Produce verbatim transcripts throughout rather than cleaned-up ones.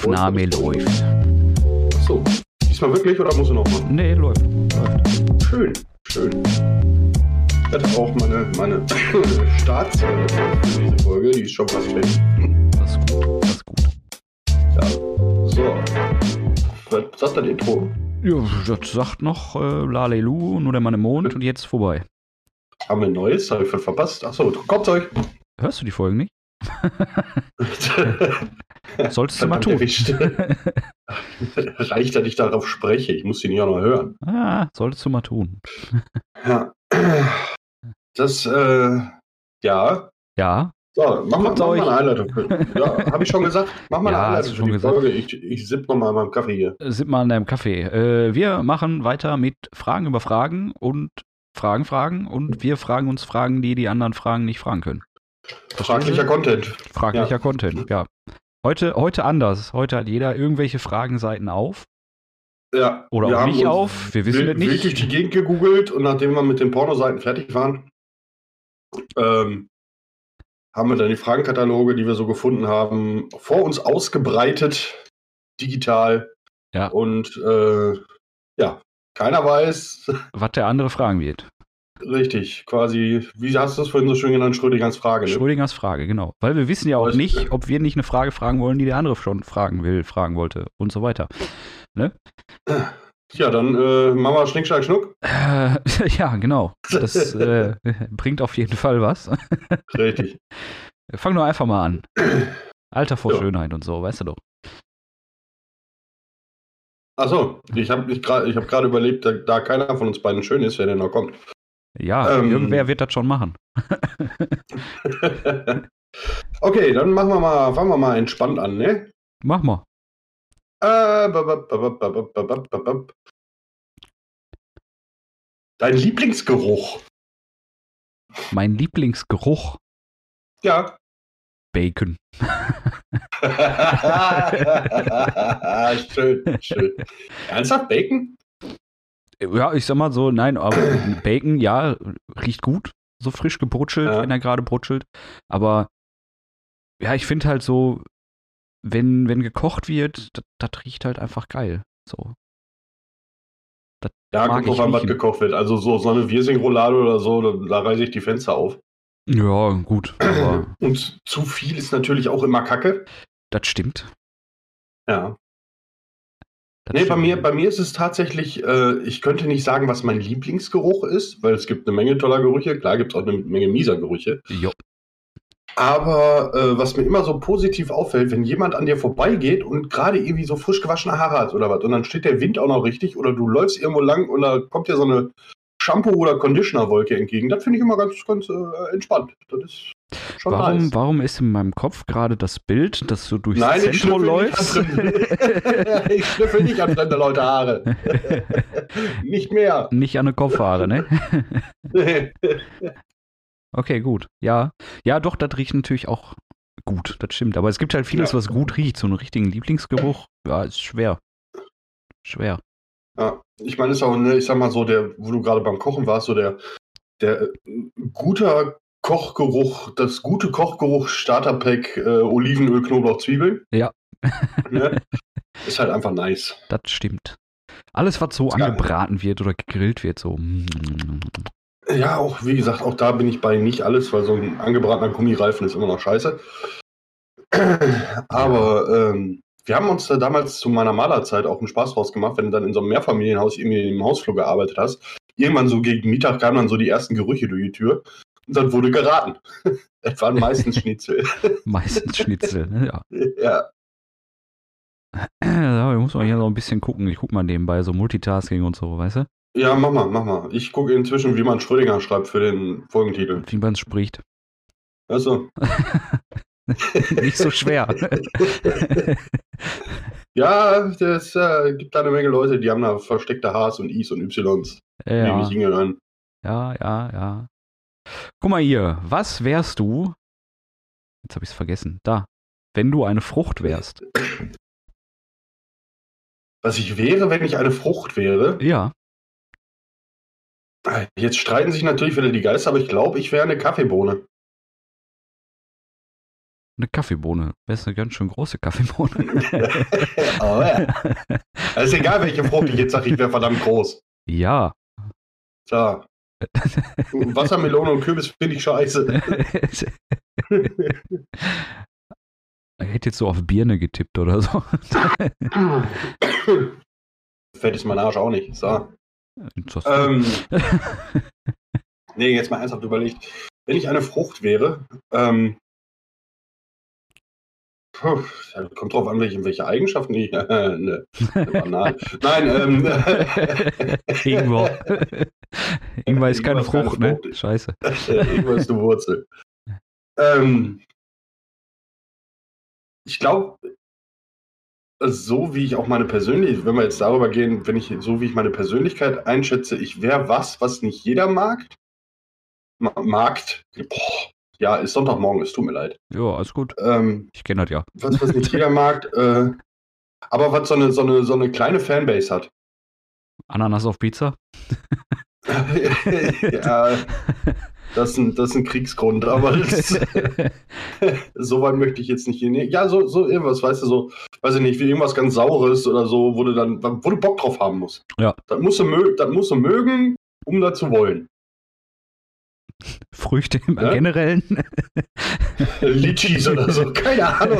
Aufnahme läuft. Achso. Diesmal wirklich oder musst du noch mal? Nee, läuft. läuft. Schön, schön. Ich hatte auch meine, meine Startseite für diese Folge, die ist schon fast fertig. Das ist gut, das ist gut. Ja, so. Was sagt das Intro? Ja, das sagt noch äh, Lalelu, nur der Mann im Mond und jetzt vorbei. Haben wir ein neues? Habe ich voll verpasst. Achso, kommt euch. Hörst du die Folgen nicht? Solltest du mal tun. Reicht, dass ich darauf spreche. Ich muss sie nicht auch noch hören. Ah, solltest du mal tun. Ja. Das, äh, ja. Ja. So, mach mal, mach mal eine Einleitung. Ja, habe ich schon gesagt. Mach mal Ja, eine hast Einleitung du für schon die gesagt. Folge. Ich, ich sipp noch mal an meinem Kaffee hier. Sipp mal an deinem Kaffee. Äh, wir machen weiter mit Fragen über Fragen und Fragen, Fragen und wir fragen uns Fragen, die die anderen Fragen nicht fragen können. Fraglicher Content. Fraglicher ja. Content, ja. Heute, heute anders. Heute hat jeder irgendwelche Fragenseiten auf. Ja. Oder wir auch haben nicht auf. Wir wissen es nicht. Wild durch die Gegend gegoogelt und nachdem wir mit den Pornoseiten fertig waren, ähm, haben wir dann die Fragenkataloge, die wir so gefunden haben, vor uns ausgebreitet, digital. Ja. Und äh, ja, keiner weiß, was der andere fragen wird. Richtig, quasi, wie hast du es vorhin so schön genannt, Schrödingers Frage. Ne? Schrödingers Frage, genau. Weil wir wissen ja auch weißt, nicht, ob wir nicht eine Frage fragen wollen, die der andere schon fragen will, fragen wollte und so weiter. Ne? Ja, dann äh, machen wir Schnick, Schnack, Schnuck. Äh, ja, genau. Das äh, bringt auf jeden Fall was. Richtig. Fang nur einfach mal an. Alter vor ja. Schönheit und so, weißt du doch. Achso, ich habe ich hab gerade überlegt, da, da keiner von uns beiden schön ist, wer denn noch kommt. Ja, ähm, irgendwer wird das schon machen. Okay, dann machen wir mal, fangen wir mal entspannt an, ne? Mach mal. Äh, bab, bab, bab, bab, bab, bab. Dein Lieblingsgeruch? Mein Lieblingsgeruch? Ja. Bacon. schön, schön. Ernsthaft, Bacon? Ja, ich sag mal so, nein, aber Bacon, ja, riecht gut, so frisch gebrutzelt, ja. wenn er gerade brutzelt. Aber ja, ich finde halt so, wenn, wenn gekocht wird, das riecht halt einfach geil. So. Das ja, kommt drauf an, was gekocht wird. Also so, so eine Wirsing-Roulade oder so, da, da reiße ich die Fenster auf. Ja, gut. Aber und zu viel ist natürlich auch immer Kacke. Das stimmt. Ja. Das nee, stimmt. bei mir, bei mir ist es tatsächlich, äh, ich könnte nicht sagen, was mein Lieblingsgeruch ist, weil es gibt eine Menge toller Gerüche. Klar gibt es auch eine Menge mieser Gerüche. Jo. Aber äh, was mir immer so positiv auffällt, wenn jemand an dir vorbeigeht und gerade irgendwie so frisch gewaschene Haare hat oder was und dann steht der Wind auch noch richtig oder du läufst irgendwo lang und da kommt dir so eine Shampoo- oder Conditioner-Wolke entgegen. Das finde ich immer ganz, ganz äh, entspannt. Das ist schon warum, nice. Warum ist in meinem Kopf gerade das Bild, dass du durchs Nein, Zentrum läufst? Ich schnüffel nicht an fremde Leute Haare. Nicht mehr. Nicht an eine Kopfhaare, ne? Okay, gut. Ja, ja, doch, das riecht natürlich auch gut. Das stimmt. Aber es gibt halt vieles, ja. was gut riecht. So einen richtigen Lieblingsgeruch, ja, ist schwer. Schwer. Ja, ich meine, ist auch, ne, ich sag mal so, der, wo du gerade beim Kochen warst, so der, der äh, guter Kochgeruch, das gute Kochgeruch Starterpack, äh, Olivenöl, Knoblauch, Zwiebeln. Ja. Ne? Ist halt einfach nice. Das stimmt. Alles, was so ja. angebraten wird oder gegrillt wird, so. Ja, auch, wie gesagt, auch da bin ich bei nicht alles, weil so ein angebratener Gummireifen ist immer noch scheiße. Aber, ähm, wir haben uns da damals zu meiner Malerzeit auch einen Spaß draus gemacht, wenn du dann in so einem Mehrfamilienhaus irgendwie im Hausflur gearbeitet hast. Irgendwann so gegen Mittag kamen dann so die ersten Gerüche durch die Tür und dann wurde geraten. Das waren meistens Schnitzel. Meistens Schnitzel, ja. Ja. Ja, ich muss mal hier so ein bisschen gucken. Ich guck mal nebenbei, so Multitasking und so, weißt du? Ja, mach mal, mach mal. Ich gucke inzwischen, wie man Schrödinger schreibt für den Folgentitel. Wie man es spricht. Achso. Nicht so schwer. Ja, es äh, gibt da eine Menge Leute, die haben da versteckte H's und I's und Y's. Ja. Die mich hingehören. Ja, ja, ja. Guck mal hier. Was wärst du? Jetzt habe ich es vergessen. Da. Wenn du eine Frucht wärst. Was ich wäre, wenn ich eine Frucht wäre? Ja. Jetzt streiten sich natürlich wieder die Geister, aber ich glaube, ich wäre eine Kaffeebohne. Eine Kaffeebohne. Das ist eine ganz schön große Kaffeebohne. Oh ja. Es ist egal, welche Frucht ich jetzt sage, ich wäre verdammt groß. Ja. So. Wassermelone und Kürbis finde ich scheiße. Ich hätte jetzt so auf Birne getippt oder so. Fett ist mein Arsch auch nicht. So. Ähm, nee, jetzt mal ernsthaft überlegt. Wenn ich eine Frucht wäre, ähm, puh, kommt drauf an, welche, welche Eigenschaften ich. Äh, ne, ne Banane. Nein, ähm. Ingwer. Ingwer ist keine Ingwer ist keine Frucht, ne? Frucht. Scheiße. Ingwer ist eine Wurzel. Ähm, ich glaube, so wie ich auch meine Persönlichkeit, wenn wir jetzt darüber gehen, wenn ich so wie ich meine Persönlichkeit einschätze, ich wäre was, was nicht jeder mag. Ma- Mag. Boah, ja, ist Sonntagmorgen, es tut mir leid. Ja, alles gut. Ähm, Ich kenne das ja. was, was nicht jeder mag, äh, aber was so eine, so eine, so eine kleine Fanbase hat. Ananas auf Pizza? Ja, das ist ein, das ist ein Kriegsgrund, aber das, so weit möchte ich jetzt nicht gehen. Ja, so, so irgendwas, weißt du, so, weiß ich nicht, wie irgendwas ganz Saures oder so, wo du dann, wo du Bock drauf haben musst. Ja. Das musst du, mö das musst du mögen, um das zu wollen. Früchte im Ja? Generellen? Litchis oder so, keine Ahnung.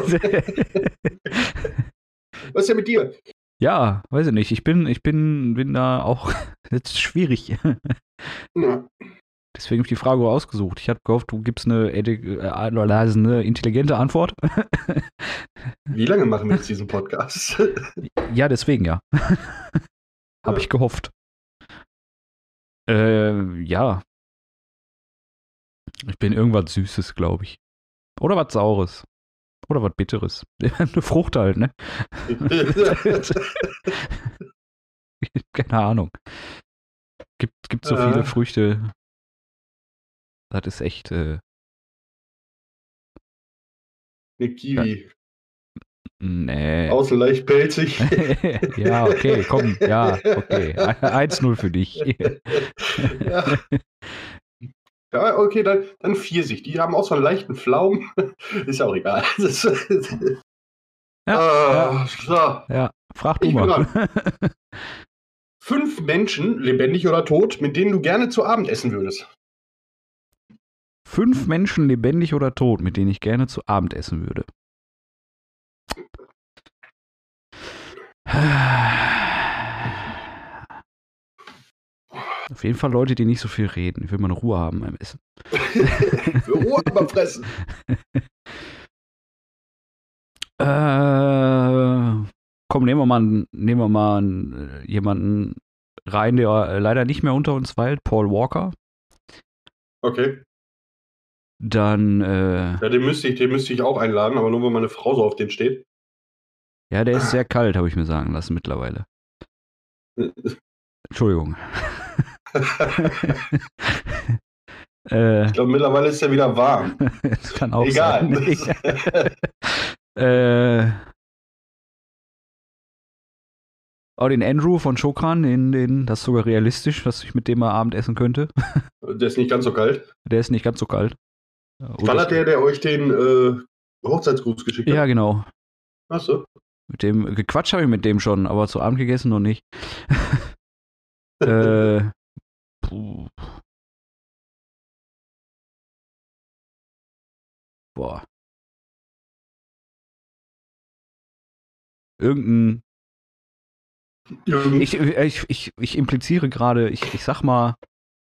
Was ist denn mit dir? Ja, weiß ich nicht. Ich bin, ich bin, bin da auch jetzt schwierig. Ja. Deswegen habe ich die Frage auch ausgesucht. Ich hatte gehofft, du gibst eine, äh, eine intelligente Antwort. Wie lange machen wir jetzt diesen Podcast? Ja, deswegen ja. Habe Ja. ich gehofft. Äh, ja. Ich bin irgendwas Süßes, glaube ich. Oder was Saures. Oder was Bitteres. Eine Frucht halt, ne? Keine Ahnung. Gibt, gibt so Ja. viele Früchte. Das ist echt. Äh, Eine Kiwi. nee. Außen leicht pelzig. Ja, okay, komm. Ja, okay. eins null für dich. Ja. Ja, okay, dann, dann Pfirsich. Die haben auch so einen leichten Pflaumen. Ist ja auch egal. Das, Ja, Ah, so. Ja, frag du Ich bin mal. Fünf Menschen, lebendig oder tot, mit denen du gerne zu Abend essen würdest. Fünf Menschen, lebendig oder tot, mit denen ich gerne zu Abend essen würde. Auf jeden Fall Leute, die nicht so viel reden. Ich will mal eine Ruhe haben beim Essen. Für Ruhe aber fressen. Äh, komm, nehmen wir mal, nehmen wir mal einen, jemanden rein, der äh, leider nicht mehr unter uns weilt, Paul Walker. Okay. Dann, äh, Ja, den müsste ich, den müsste ich auch einladen, aber nur weil meine Frau so auf den steht. ja, der ist sehr kalt, habe ich mir sagen lassen mittlerweile. Entschuldigung. äh, Ich glaube, mittlerweile ist er wieder warm. das kann auch Egal. sein. äh, oh, den Andrew von Chokran, den, den, das ist sogar realistisch, dass ich mit dem mal Abend essen könnte. Der ist nicht ganz so kalt. Der ist nicht ganz so kalt. Und War das- das der, der euch den äh, Hochzeitsgruß geschickt hat? Ja, genau. Achso. Mit dem gequatscht habe ich mit dem schon, aber zu Abend gegessen noch nicht. äh, puh. Boah. Irgendein. Ich, ich, ich, ich impliziere gerade, ich, ich sag mal,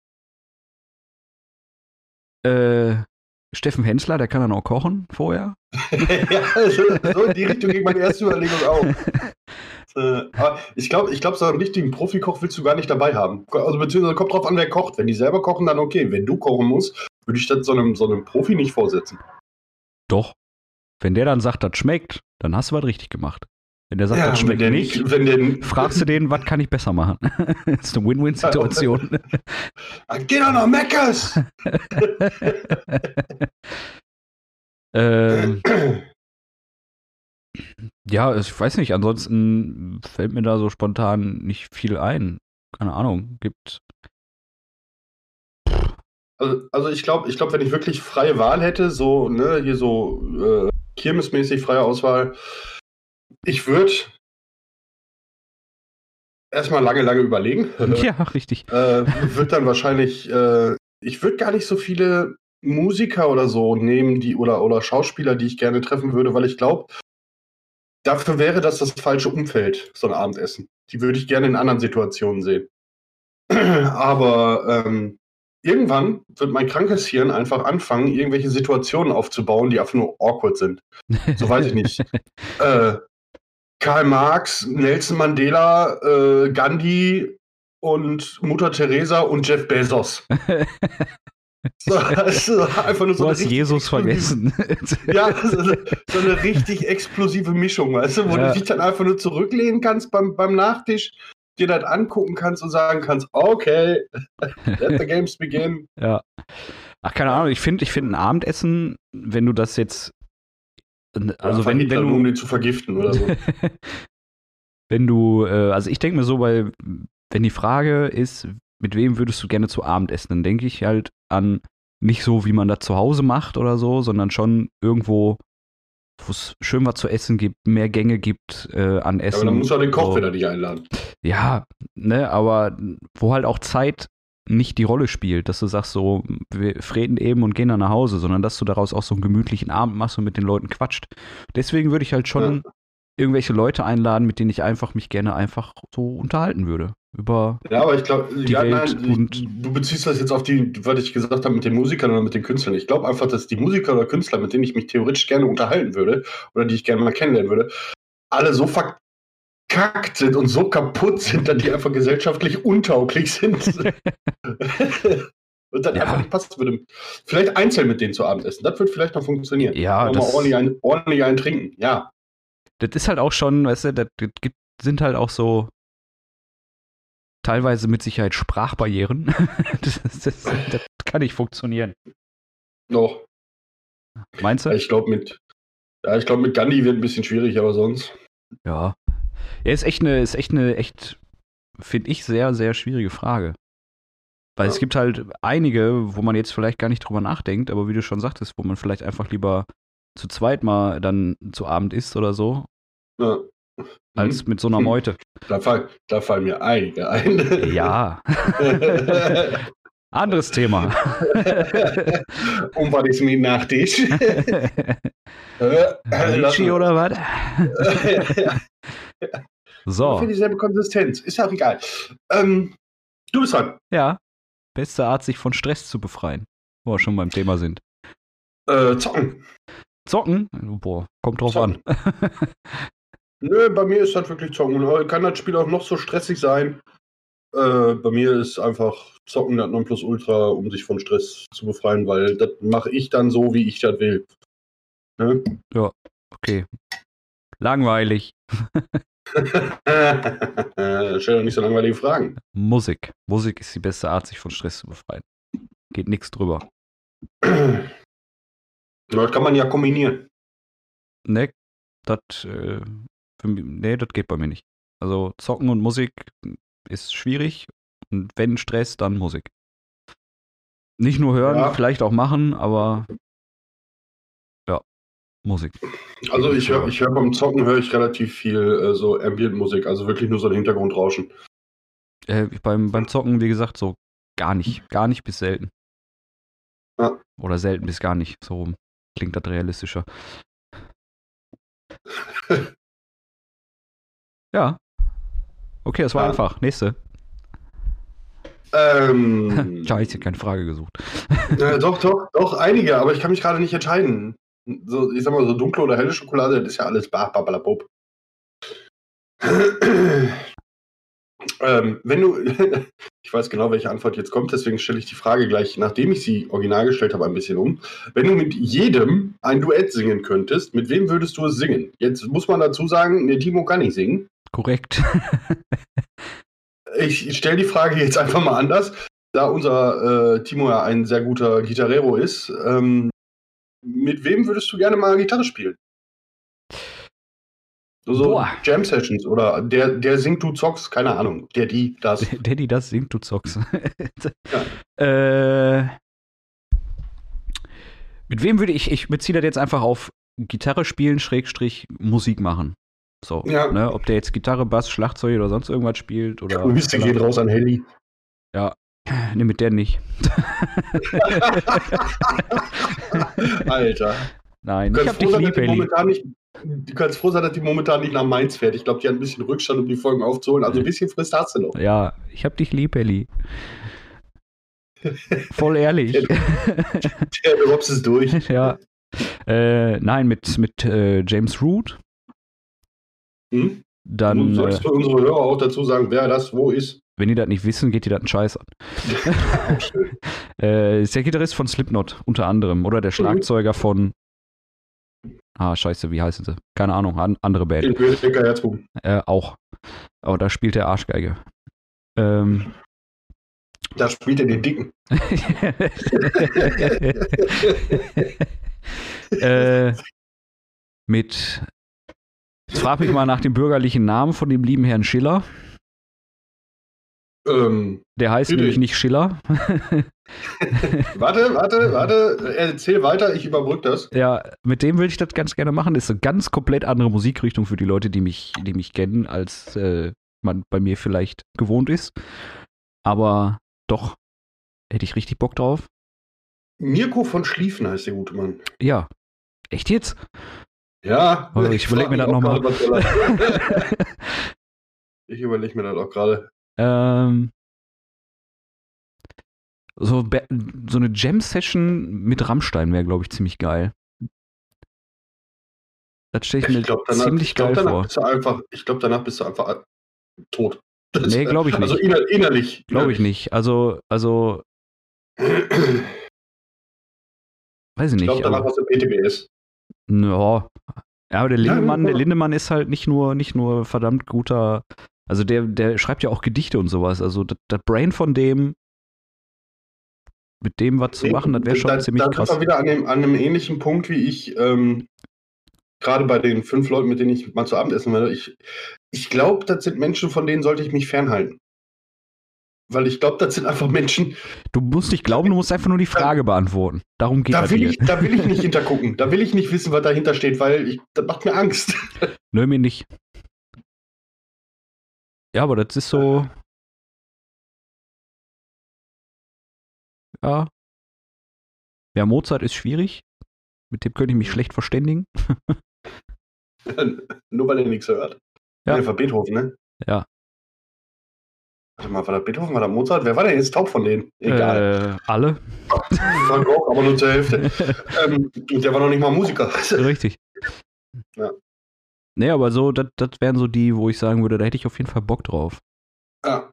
äh, Steffen Hensler, der kann dann auch kochen vorher. Ja, so in die Richtung ging meine erste Überlegung auch. Äh, aber ich glaube, ich glaub, so einen richtigen Profikoch willst du gar nicht dabei haben. Also beziehungsweise kommt drauf an, wer kocht. Wenn die selber kochen, dann okay. Wenn du kochen musst, würde ich das so einem, so einem Profi nicht vorsetzen. Doch. Wenn der dann sagt, das schmeckt, dann hast du was richtig gemacht. Wenn der sagt, das wenn schmeckt der nicht, wenn der, fragst du den, was kann ich besser machen? Das ist eine Win-Win-Situation. Ah, geh doch noch Meckers! ähm, ja, ich weiß nicht, ansonsten fällt mir da so spontan nicht viel ein. Keine Ahnung, gibt. Also, also ich glaube, ich glaub, wenn ich wirklich freie Wahl hätte, so, ne, hier so, äh, kirmesmäßig, freie Auswahl. Ich würde erstmal lange, lange überlegen. Ja, richtig. äh, würde dann wahrscheinlich, äh, ich würde gar nicht so viele Musiker oder so nehmen, die oder, oder Schauspieler, die ich gerne treffen würde, weil ich glaube, dafür wäre das das falsche Umfeld, so ein Abendessen. Die würde ich gerne in anderen Situationen sehen. Aber ähm, irgendwann wird mein krankes Hirn einfach anfangen, irgendwelche Situationen aufzubauen, die einfach nur awkward sind. So weiß ich nicht. äh, Karl Marx, Nelson Mandela, äh, Gandhi und Mutter Teresa und Jeff Bezos. So, also einfach nur so du eine hast Jesus vergessen. Ja, so eine, so eine richtig explosive Mischung, weißt du, wo ja. du dich dann einfach nur zurücklehnen kannst beim, beim Nachtisch, dir das angucken kannst und sagen kannst, okay, let the games begin. Ja. Ach, keine Ahnung, ich finde ich find ein Abendessen, wenn du das jetzt also ja, wenn, wenn du, um den zu vergiften oder so. Wenn du, äh, also ich denke mir so, weil wenn die Frage ist, mit wem würdest du gerne zu Abend essen, dann denke ich halt an nicht so, wie man das zu Hause macht oder so, sondern schon irgendwo, wo es schön was zu essen gibt, mehr Gänge gibt äh, an Essen. Ja, aber dann musst du auch den Koch so. wieder nicht einladen. Ja, ne, aber wo halt auch Zeit nicht die Rolle spielt, dass du sagst so, wir freden eben und gehen dann nach Hause, sondern dass du daraus auch so einen gemütlichen Abend machst und mit den Leuten quatscht. Deswegen würde ich halt schon ja. irgendwelche Leute einladen, mit denen ich einfach mich gerne einfach so unterhalten würde. Über ja, aber ich glaube, ja, und du beziehst das jetzt auf die, was ich gesagt habe, mit den Musikern oder mit den Künstlern. Ich glaube einfach, dass die Musiker oder Künstler, mit denen ich mich theoretisch gerne unterhalten würde oder die ich gerne mal kennenlernen würde, alle so verkackt sind und so kaputt sind, dass die einfach gesellschaftlich untauglich sind. Und dann ja. einfach nicht passen würde. Vielleicht einzeln mit denen zu Abend essen. Das wird vielleicht noch funktionieren. Ja, das mal ordentlich einen, ordentlich einen trinken. Ja. Das ist halt auch schon, weißt du, das gibt, sind halt auch so teilweise mit Sicherheit Sprachbarrieren. das, das, das kann nicht funktionieren. Noch. Meinst du? Ja, ich glaube mit, ja, ich glaube mit Gandhi wird ein bisschen schwierig, aber sonst. Ja. Ja, ist echt eine, ist echt eine, echt, finde ich, sehr, sehr schwierige Frage. Weil ja. es gibt halt einige, wo man jetzt vielleicht gar nicht drüber nachdenkt, aber wie du schon sagtest, wo man vielleicht einfach lieber zu zweit mal dann zu Abend isst oder so, ja. als mit so einer Meute. Da, fall, da fallen mir einige ein. Ja. Anderes Thema. Und was ist mit Nachtisch? Ricci oder was? So. Für dieselbe Konsistenz. Ist ja auch egal. Ähm, du bist dran. Ja. Beste Art, sich von Stress zu befreien. Wo wir schon beim Thema sind. Äh, zocken. Zocken? Boah, kommt drauf zocken. an. Nö, bei mir ist das wirklich zocken. Kann das Spiel auch noch so stressig sein? Äh, bei mir ist einfach zocken das Nonplusultra, um sich von Stress zu befreien, weil das mache ich dann so, wie ich das will. Ne? Ja, okay. Langweilig. Stell doch nicht so langweilige Fragen. Musik. Musik ist die beste Art, sich von Stress zu befreien. Geht nichts drüber. Das kann man ja kombinieren. Ne, das äh, nee, das geht bei mir nicht. Also zocken und Musik ist schwierig. Und wenn Stress, dann Musik. Nicht nur hören, ja. vielleicht auch machen, aber ja, Musik. Also ich höre ich hör beim Zocken höre ich relativ viel äh, so Ambient-Musik, also wirklich nur so ein Hintergrundrauschen. Äh, beim, beim Zocken, wie gesagt, so gar nicht. Gar nicht bis selten. Ja. Oder selten bis gar nicht. So klingt das realistischer. Ja. Okay, das war ja. einfach. Nächste. Ähm, Tja, ich habe keine Frage gesucht. äh, doch, doch, doch, einige, aber ich kann mich gerade nicht entscheiden. So, ich sag mal, so dunkle oder helle Schokolade, das ist ja alles bababababub. ähm, wenn du, ich weiß genau, welche Antwort jetzt kommt, deswegen stelle ich die Frage gleich, nachdem ich sie original gestellt habe, ein bisschen um. Wenn du mit jedem ein Duett singen könntest, mit wem würdest du es singen? Jetzt muss man dazu sagen, der Timo kann nicht singen. Korrekt. Ich stelle die Frage jetzt einfach mal anders, da unser äh, Timo ja ein sehr guter Gitarrero ist. Ähm, mit wem würdest du gerne mal Gitarre spielen? So, so Jam-Sessions oder der, der singt, du zockst, keine Ahnung. Der, die, das. Der, der die, das singt, du zockst. ja. äh, mit wem würde ich, ich beziehe das jetzt einfach auf Gitarre spielen, Schrägstrich Musik machen. So, Ja. ne? Ob der jetzt Gitarre, Bass, Schlagzeug oder sonst irgendwas spielt oder. Grüße gehen raus an Helly. Ja, ne, mit der nicht. Alter. Nein, Du ich kannst, hab froh dich sein, lieb, dass die Elli. momentan nicht, du kannst froh sein, dass die momentan nicht nach Mainz fährt. Ich glaube, die hat ein bisschen Rückstand, um die Folgen aufzuholen. Also ein bisschen Frist hast du noch. Ja, ich hab dich lieb, Elli. Voll ehrlich. Der, der Robs ist durch. Ja. Äh, nein, mit, mit äh, James Root. Hm? Dann, Du sollst äh, für unsere Hörer auch dazu sagen, wer das wo ist. wenn die das nicht wissen, geht die das einen Scheiß an. Auch schön. äh, ist der Gitarrist von Slipknot, unter anderem. Oder der Schlagzeuger von. Ah, scheiße, wie heißen sie? Keine Ahnung, an, andere Band. Den Bösecker Herzog. Äh, auch. Aber da spielt der Arschgeige. Ähm. Da spielt er den Dicken. äh, mit. Jetzt frag mich mal nach dem bürgerlichen Namen von dem lieben Herrn Schiller. Ähm, Der heißt bitte. nämlich nicht Schiller. warte, warte, warte. Erzähl weiter, ich überbrück das. Ja, mit dem würde ich das ganz gerne machen. Das ist eine ganz komplett andere Musikrichtung für die Leute, die mich, die mich kennen, als äh, man bei mir vielleicht gewohnt ist. Aber doch, hätte ich richtig Bock drauf. Mirko von Schlieffen heißt der gute Mann. Ja. Echt jetzt? Ja. Oh, ich überleg mir das frag mich noch auch mal. gerade, was er- Ich überlege mir das auch gerade. ähm, so, Be- so eine Jam-Session mit Rammstein wäre, glaube ich, ziemlich geil. Das stelle ich mir Ich glaube, danach, ziemlich ich glaub, geil danach vor. bist du einfach, ich glaube, danach bist du einfach tot. Nee, glaube ich nicht. Also inner, innerlich. Glaube ich nicht. Also, also, Ich weiß ich nicht. glaube, danach aber, hast du P T B S. ja. Ja, aber der Ja, Lindemann, ja. der Lindemann ist halt nicht nur, nicht nur verdammt guter, also der, der schreibt ja auch Gedichte und sowas. Also das, das Brain von dem, mit dem was zu machen, das wäre schon da, ziemlich da krass. sind wir wieder an, dem, an einem ähnlichen Punkt wie ich, ähm, gerade bei den fünf Leuten, mit denen ich mal zu Abend essen werde. Ich, ich glaube, das sind Menschen, von denen sollte ich mich fernhalten. Weil ich glaube, das sind einfach Menschen, Du musst nicht glauben, du musst einfach nur die Frage beantworten. Darum geht da das will, hier. ich, da will ich nicht hintergucken. Da will ich nicht wissen, was dahinter steht, weil ich, das macht mir Angst. Nö, mir nicht. Ja, aber das ist so. Ja. Ja, Mozart ist schwierig. Mit dem könnte ich mich schlecht verständigen. Nur weil er nichts hört. Ja. Ja. War Beethoven, ne? Ja. Warte mal, war das Beethoven, war das Mozart? Wer war denn jetzt taub von denen? Egal. Äh, alle. Van Gogh, aber nur zur Hälfte. ähm, und der war noch nicht mal Musiker. Richtig. Ja. Nee, aber so, das wären so die, wo ich sagen würde, da hätte ich auf jeden Fall Bock drauf. Ja.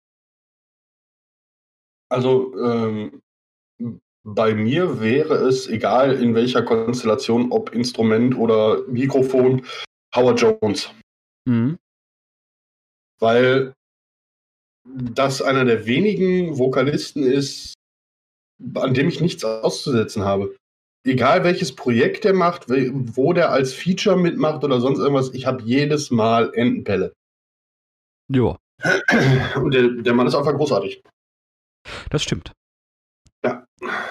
Also, ähm, bei mir wäre es, egal in welcher Konstellation, ob Instrument oder Mikrofon, Howard Jones. Mhm. Weil das einer der wenigen Vokalisten ist, an dem ich nichts auszusetzen habe. Egal welches Projekt der macht, wo der als Feature mitmacht oder sonst irgendwas, ich habe jedes Mal Entenpelle. Ja, Und der, der Mann ist einfach großartig. das stimmt. Ja.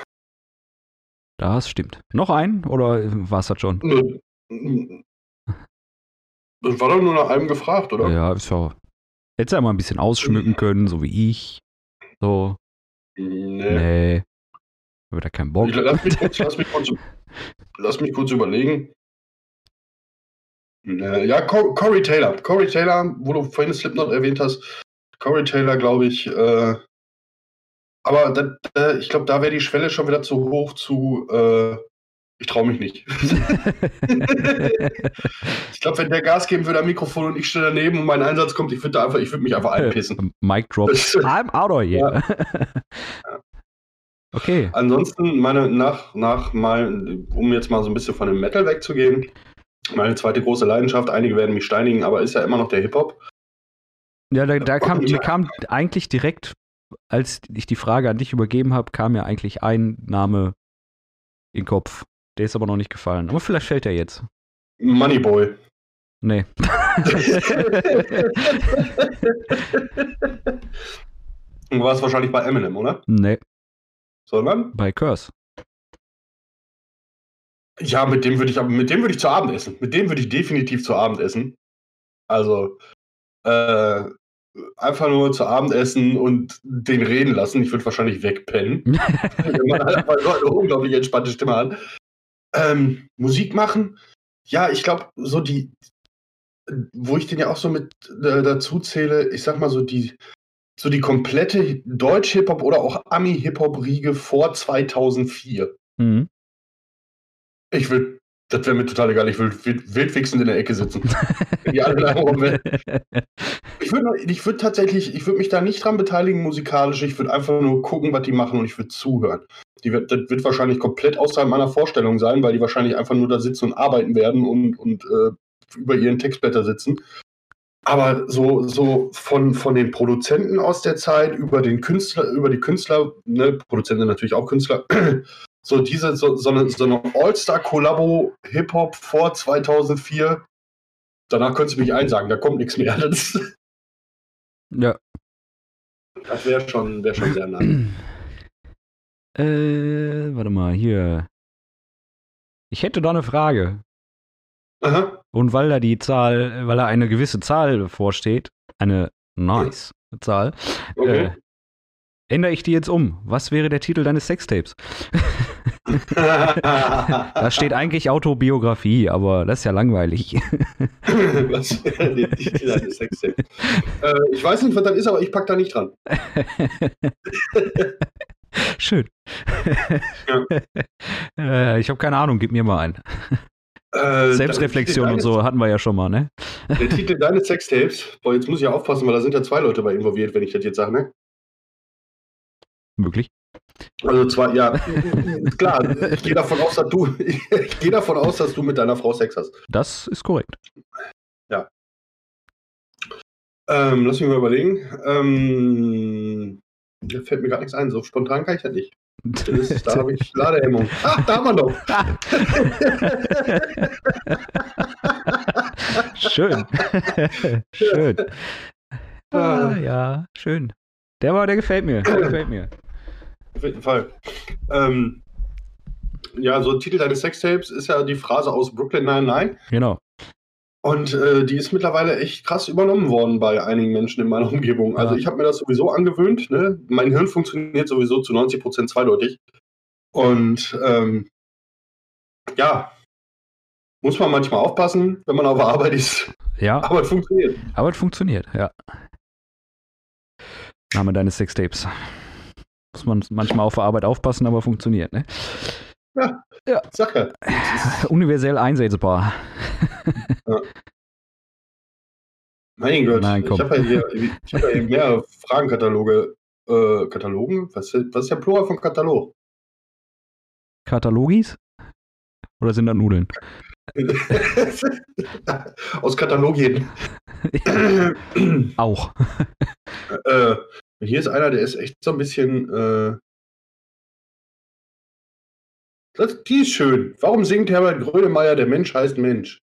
Das stimmt. Noch ein oder war es das schon? Das war doch nur nach einem gefragt, oder? Ja, ist ja. Hättest ja mal ein bisschen ausschmücken können, so wie ich. So. Nee. Nee. Hab da keinen Bock. Ich, lass, mich kurz, lass, mich kurz, lass mich kurz überlegen. Nee, ja, Co- Corey Taylor. Corey Taylor, wo du vorhin Slipknot erwähnt hast. Corey Taylor, glaube ich. Äh, aber da, da, ich glaube, da wäre die Schwelle schon wieder zu hoch zu. Äh, ich traue mich nicht. Ich glaube, wenn der Gas geben würde am Mikrofon und ich stehe daneben und mein Einsatz kommt, ich würde da einfach, ich würde mich einfach einpissen. Mic drop. Das- I'm out of here. Ja. Okay. Ansonsten, meine, nach, nach mal, um jetzt mal so ein bisschen von dem Metal wegzugehen, meine zweite große Leidenschaft, einige werden mich steinigen, aber ist ja immer noch der Hip-Hop. Ja, da, da kam, Ja. mir kam eigentlich direkt, als ich die Frage an dich übergeben habe, kam mir eigentlich ein Name in den Kopf. Der ist aber noch nicht gefallen. Aber vielleicht fällt er jetzt. Moneyboy. Nee. Du warst wahrscheinlich bei Eminem, oder? Nee, Sondern? bei Curse. Ja, mit dem würde ich, mit dem würde ich zu Abend essen. Mit dem würde ich definitiv zu Abend essen. Also, äh, einfach nur zu Abend essen und den reden lassen. Ich würde wahrscheinlich wegpennen. Man hat einfach so eine unglaublich entspannte Stimme an. Ähm, Musik machen? Ja, ich glaube, so die, wo ich den ja auch so mit äh, dazu zähle, ich sag mal so die, so die komplette Deutsch-Hip-Hop oder auch Ami-Hip-Hop-Riege vor zweitausendvier. Mhm. Ich will, das wäre mir total egal, ich will wildwichsend in der Ecke sitzen. Die alle rum. Ich würde ich würd tatsächlich, ich würde mich da nicht dran beteiligen musikalisch, ich würde einfach nur gucken, was die machen und ich würde zuhören. Die wird, das wird wahrscheinlich komplett außerhalb meiner Vorstellung sein, weil die wahrscheinlich einfach nur da sitzen und arbeiten werden und, und äh, über ihren Textblätter sitzen. Aber so, so von, von den Produzenten aus der Zeit, über den Künstler, über die Künstler, ne, Produzenten natürlich auch Künstler, so diese, so, so eine, so eine All-Star-Kollabo Hip-Hop vor zweitausendvier, danach könntest du mich einsagen, da kommt nichts mehr. Das, ja. Das wäre schon, wär schon sehr nice. Äh, warte mal, hier. Ich hätte da eine Frage. Aha. Und weil da die Zahl, weil da eine gewisse Zahl vorsteht, eine nice Zahl, Okay. äh, ändere ich die jetzt um. Was wäre der Titel deines Sextapes? Da steht eigentlich Autobiografie, aber das ist ja langweilig. Was wäre der Titel deines Sextapes? Äh, ich weiß nicht, was das ist, aber ich pack da nicht dran. Schön. Ja. äh, ich habe keine Ahnung, gib mir mal einen. Äh, Selbstreflexion und so hatten wir ja schon mal, ne? Der Titel deines Sextapes, boah, jetzt muss ich ja aufpassen, weil da sind ja zwei Leute bei involviert, wenn ich das jetzt sage, ne? Möglich. Also zwar, ja, klar, ich gehe davon aus, dass du, ich gehe davon aus, dass du mit deiner Frau Sex hast. Das ist korrekt. Ja. Ähm, lass mich mal überlegen. Ähm, da fällt mir gar nichts ein, so spontan kann ich das nicht. Das ist, da habe ich Ladehemmung. Ach, da haben wir doch. Schön. Schön. Ah, ja, schön. Der war, der gefällt mir. Der gefällt mir. Auf jeden Fall. Ähm, ja, so Titel deines Sextapes ist ja die Phrase aus Brooklyn Nine-Nine. Genau. Und äh, die ist mittlerweile echt krass übernommen worden bei einigen Menschen in meiner Umgebung. Also ja. Ich habe mir das sowieso angewöhnt. Ne? Mein Hirn funktioniert sowieso zu neunzig Prozent zweideutig. Und ähm, ja, muss man manchmal aufpassen, wenn man auf der Arbeit ist. Ja. Aber es funktioniert. Aber es funktioniert, ja. Name deines Sextapes. Muss man manchmal auf der Arbeit aufpassen, aber funktioniert, ne? Ja, ja. Sache. Universell einsetzbar. Ja. Mein Gott, Nein, ich habe ja hier, ich hab ja hier mehr Fragenkataloge. Äh, Katalogen? Was, was ist der Plural von Katalog? Katalogis? Oder sind da Nudeln? Aus Katalogien. Auch. äh, hier ist einer, der ist echt so ein bisschen. Äh, das, die ist schön. Warum singt Herbert Grönemeyer, der Mensch heißt Mensch?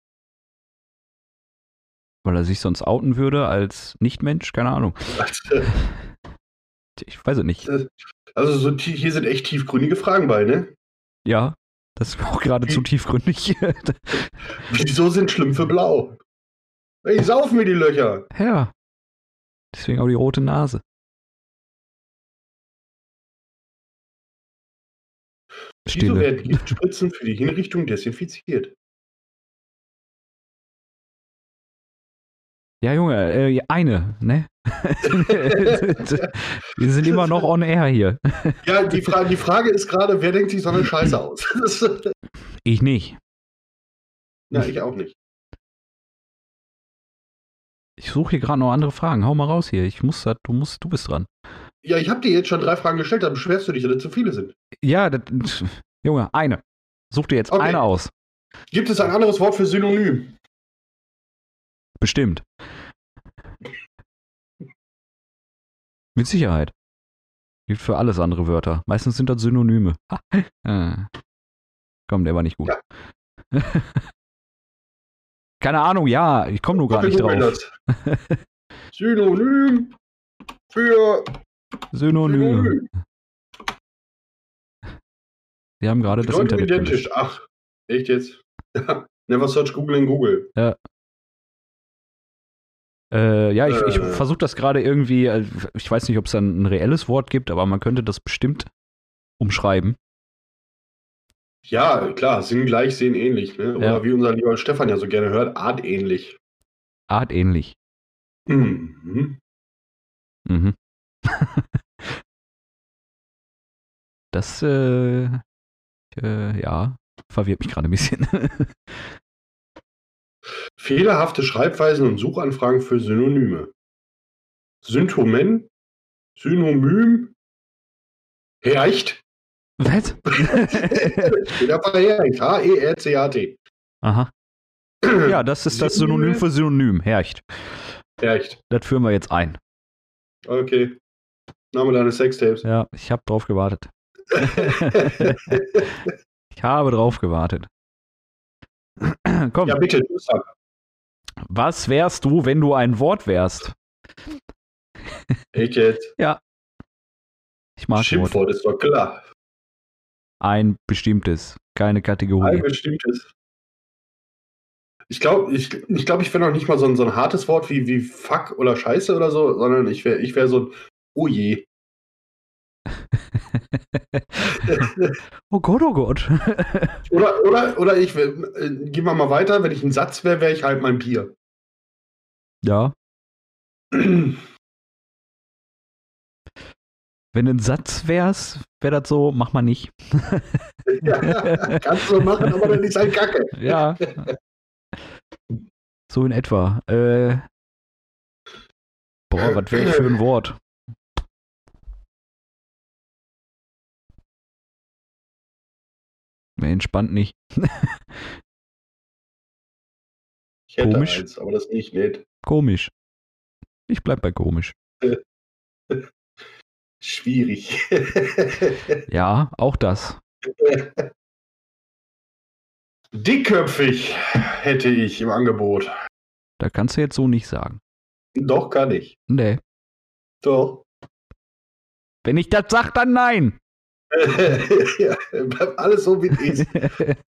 Weil er sich sonst outen würde als Nicht-Mensch? Keine Ahnung. Ich weiß es nicht. Also so, hier sind echt tiefgründige Fragen bei, ne? Ja, das ist auch geradezu tiefgründig. Wieso sind Schlümpfe blau? Ich sauf mir die Löcher. Ja. Deswegen auch die rote Nase. Wieso werden Giftspritzen für die Hinrichtung desinfiziert? Ja, Junge, äh, eine, ne? Wir sind immer noch on air hier. Ja, die, Fra- die Frage ist gerade, wer denkt sich so eine Scheiße aus? Ich nicht. Na, ich auch nicht. Ich suche hier gerade noch andere Fragen. Hau mal raus hier. Ich muss, du musst, du bist dran. Ja, ich habe dir jetzt schon drei Fragen gestellt, da beschwerst du dich, dass das zu viele sind. Ja, das, Junge, eine. Such dir jetzt okay. eine aus. Gibt es ein anderes Wort für Synonym? Bestimmt. Mit Sicherheit. Gibt für alles andere Wörter. Meistens sind das Synonyme. Ah. Komm, der war nicht gut. Ja. Keine Ahnung, ja, ich komme nur gar nicht drauf. Synonym für Synonym. Synonym. Sie haben gerade das Internet identisch. gelöscht. Ach, Echt jetzt? Never search Google in Google. Ja. Äh, ja, ich, ich Äh. versuche das gerade irgendwie, äh, ich weiß nicht, ob es dann ein reelles Wort gibt, aber man könnte das bestimmt umschreiben. Ja, klar, Sinn gleich, Sehen ähnlich. Ne? Oder Ja. wie unser lieber Stefan ja so gerne hört, artähnlich. Artähnlich. Mhm. Mhm. Das, äh, äh, ja, verwirrt mich gerade ein bisschen. Fehlerhafte Schreibweisen und Suchanfragen für Synonyme. Syntomen? Synonym? Hercht? Was? Ja, verhercht. H E R C H T. Aha. Ja, das ist das Synonym für Synonym. Hercht. Hercht. Das führen wir jetzt ein. Okay. Name deines Sextapes. Ja, ich habe drauf gewartet. Ich habe drauf gewartet. Komm. Ja, bitte, du sag. Was wärst du, wenn du ein Wort wärst? Ich jetzt. Ja. Ich mag Schimpfwort, Worte. ist doch klar. Ein bestimmtes, keine Kategorie. Ein bestimmtes. Ich glaube, ich, ich, glaub, ich wäre noch nicht mal so ein, so ein hartes Wort wie, wie Fuck oder Scheiße oder so, sondern ich wäre ich wär so ein Oh je. Oh Gott, oh Gott. Oder, oder, oder ich wär, äh, gehen wir mal weiter, wenn ich ein Satz wäre, wäre ich halt mein Bier. Ja. Wenn du ein Satz wärst, wäre das so, mach mal nicht. Ja, kannst du so machen, aber dann ist halt Kacke. Ja. So in etwa. Äh, boah, was wäre ich für ein Wort? Mir entspannt nicht. Ich hätte Komisch. eins, aber das nicht nett. Komisch. Ich bleib bei komisch. Schwierig. Ja, auch das. Dickköpfig hätte ich im Angebot. Da kannst du jetzt so nicht sagen. Doch, kann ich. Nee. Doch. Wenn ich das sag, dann nein. Ja, bleibt alles so, wie es ist.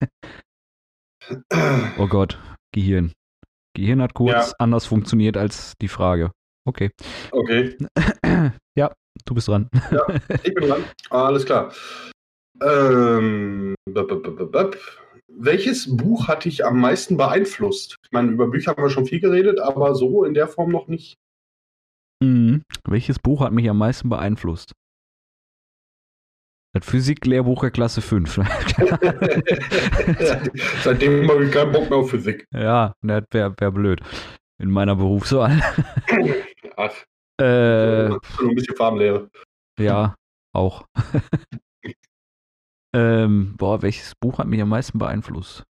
Oh Gott, Gehirn. Gehirn hat kurz Ja. anders funktioniert als die Frage. Okay. Okay. Ja, du bist dran. Ja, ich bin dran. Alles klar. Ähm, bap, bap, bap, bap. Welches Buch hat dich am meisten beeinflusst? Ich meine, über Bücher haben wir schon viel geredet, aber so in der Form noch nicht. Mhm. Welches Buch hat mich am meisten beeinflusst? Das Physik-Lehrbuch der Klasse fünf. Seitdem habe ich keinen Bock mehr auf Physik. Ja, das wäre wär blöd. In meiner Berufswahl. Ach, äh, nur ein bisschen Farbenlehre. ja, auch. ähm, boah, welches Buch hat mich am meisten beeinflusst?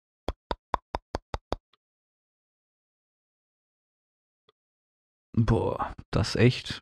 Boah, das echt.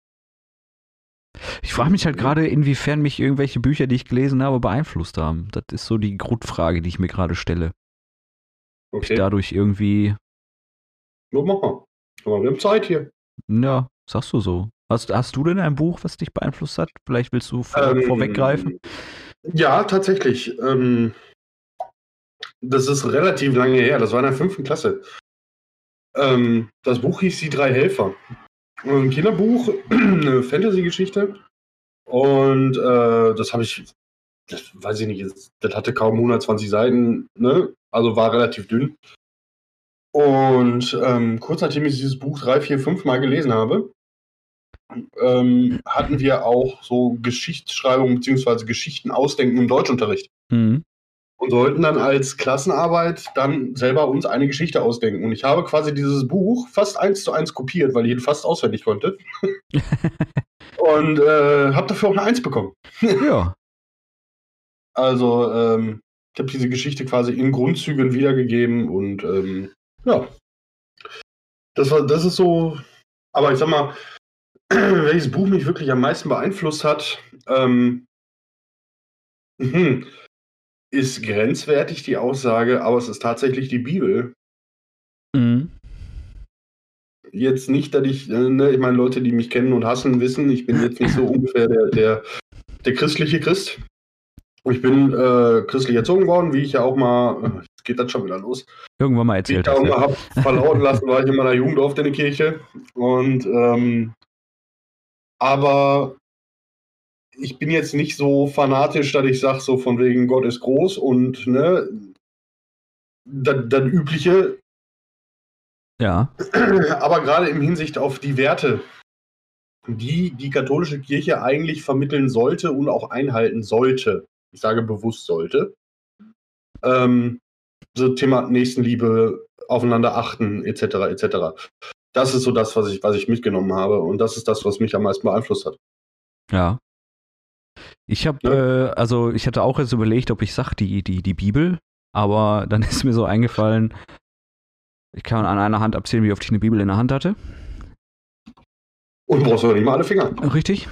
Ich frage mich halt gerade, inwiefern mich irgendwelche Bücher, die ich gelesen habe, beeinflusst haben. Das ist so die Grundfrage, die ich mir gerade stelle. Ob Okay. ich dadurch irgendwie. Nur machen. Guck mal, wir haben Zeit hier. Ja, sagst du so. Hast, hast du denn ein Buch, was dich beeinflusst hat? Vielleicht willst du vor, Ähm, vorweggreifen? Ja, tatsächlich. Ähm, das ist relativ lange her. Das war in der fünften Klasse. Ähm, das Buch hieß Die drei Helfer. Ein Kinderbuch, eine Fantasy-Geschichte. Und äh, das habe ich, das weiß ich nicht, das hatte kaum hundertzwanzig Seiten, ne? Also war relativ dünn. Und ähm, kurz nachdem ich dieses Buch drei, vier, fünf Mal gelesen habe, ähm, hatten wir auch so Geschichtsschreibung bzw. Geschichten ausdenken im Deutschunterricht. Mhm. Und sollten dann als Klassenarbeit dann selber uns eine Geschichte ausdenken. Und ich habe quasi dieses Buch fast eins zu eins kopiert, weil ich ihn fast auswendig konnte. Und äh, habe dafür auch eine Eins bekommen. Ja. Also ähm, ich habe diese Geschichte quasi in Grundzügen wiedergegeben und ähm, ja. Das war, das ist so, aber ich sag mal, welches Buch mich wirklich am meisten beeinflusst hat, ähm, ist grenzwertig die Aussage, aber es ist tatsächlich die Bibel. Mhm. Jetzt nicht, dass ich, äh, ne, ich meine, Leute, die mich kennen und hassen, wissen, ich bin jetzt nicht so ungefähr der, der, der christliche Christ. Ich bin äh, christlich erzogen worden, wie ich ja auch mal, jetzt geht das schon wieder los. Irgendwann mal erzählt hast. Wie ich ja. auch mal habe verlauten lassen, war ich in meiner Jugend oft in der Kirche. Und ähm, aber ich bin jetzt nicht so fanatisch, dass ich sage, so von wegen Gott ist groß und ne, das, das Übliche. Ja. Aber gerade im Hinsicht auf die Werte, die die katholische Kirche eigentlich vermitteln sollte und auch einhalten sollte. Ich sage bewusst sollte. Ähm, so Thema Nächstenliebe, aufeinander achten, et cetera et cetera. Das ist so das, was ich, was ich mitgenommen habe und das ist das, was mich am meisten beeinflusst hat. Ja. Ich habe, Ja. äh, also ich hatte auch jetzt überlegt, ob ich sage die, die, die Bibel, aber dann ist mir so eingefallen, ich kann an einer Hand abzählen, wie oft ich eine Bibel in der Hand hatte. Und brauchst du nicht mal alle Finger. Richtig.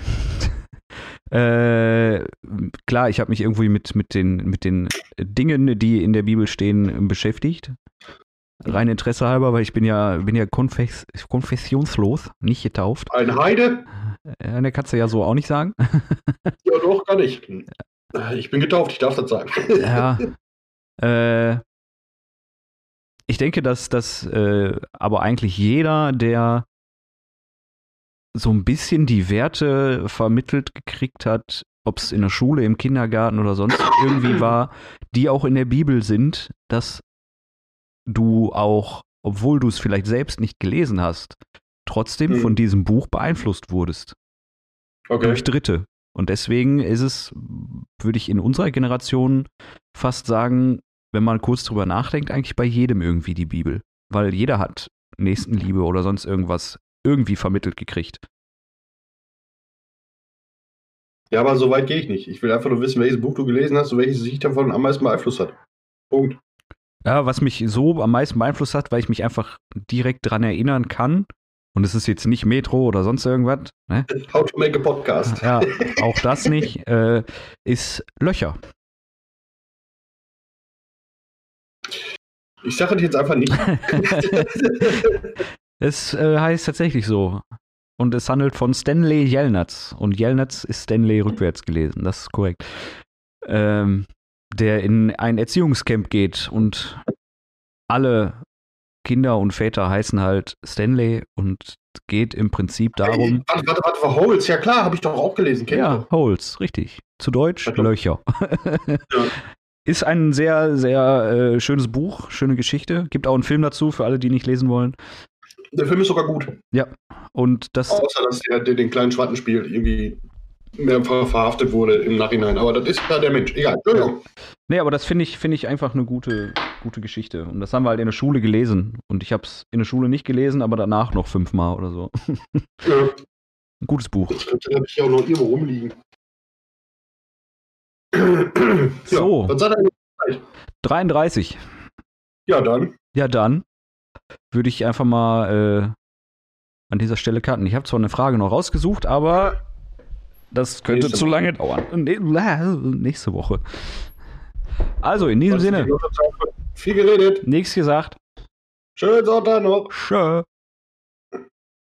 äh, klar, ich habe mich irgendwie mit, mit, den, mit den Dingen, die in der Bibel stehen, beschäftigt. Rein Interesse halber, weil ich bin ja, bin ja konfess- konfessionslos, nicht getauft. Ein Heide? Ja, der kannst du ja so auch nicht sagen. Ja, doch, kann ich. Ich bin getauft, ich darf das sagen. Ja. Äh, ich denke, dass, dass äh, aber eigentlich jeder, der so ein bisschen die Werte vermittelt gekriegt hat, ob es in der Schule, im Kindergarten oder sonst irgendwie war, die auch in der Bibel sind, dass du auch, obwohl du es vielleicht selbst nicht gelesen hast, trotzdem hm. von diesem Buch beeinflusst wurdest. Okay. Durch Dritte. Und deswegen ist es, würde ich in unserer Generation fast sagen, wenn man kurz drüber nachdenkt, eigentlich bei jedem irgendwie die Bibel. Weil jeder hat Nächstenliebe oder sonst irgendwas irgendwie vermittelt gekriegt. Ja, aber so weit gehe ich nicht. Ich will einfach nur wissen, welches Buch du gelesen hast und welches sich davon am meisten beeinflusst hat. Punkt. Ja, was mich so am meisten beeinflusst hat, weil ich mich einfach direkt dran erinnern kann, und es ist jetzt nicht Metro oder sonst irgendwas, ne? How to make a podcast. Ja, auch das nicht, äh, ist Löcher. Ich sage das jetzt einfach nicht. Es äh, heißt tatsächlich so. Und es handelt von Stanley Yelnats. Und Yelnats ist Stanley rückwärts gelesen, das ist korrekt. Ähm, der in ein Erziehungscamp geht und alle Kinder und Väter heißen halt Stanley und geht im Prinzip darum. Hey, warte, warte, warte, war Holes, ja klar, habe ich doch auch gelesen. Kenn ja, ich doch. Holes, richtig. Zu Deutsch Ja, Löcher. Ja. Ist ein sehr, sehr äh, schönes Buch, schöne Geschichte. Gibt auch einen Film dazu, für alle, die nicht lesen wollen. Der Film ist sogar gut. Ja, und das. Außer, dass der, der den kleinen Schwatten spielt, irgendwie mehrfach verhaftet wurde im Nachhinein. Aber das ist ja der Mensch. Egal. Entschuldigung. Nee, aber das finde ich, find ich einfach eine gute, gute Geschichte. Und das haben wir halt in der Schule gelesen. Und ich habe es in der Schule nicht gelesen, aber danach noch fünfmal oder so. Ja. Ein gutes Buch. Ich glaube, den habe ich ja auch noch irgendwo rumliegen. So. Ja, was sagt er? dreiunddreißig. Ja, dann. Ja, dann würde ich einfach mal äh, an dieser Stelle cutten. Ich habe zwar eine Frage noch rausgesucht, aber das könnte Nächste zu lange dauern. Nächste Woche. Also, in diesem Was Sinne. Viel geredet. Nichts gesagt. Schönen Sonntag noch. Tschö.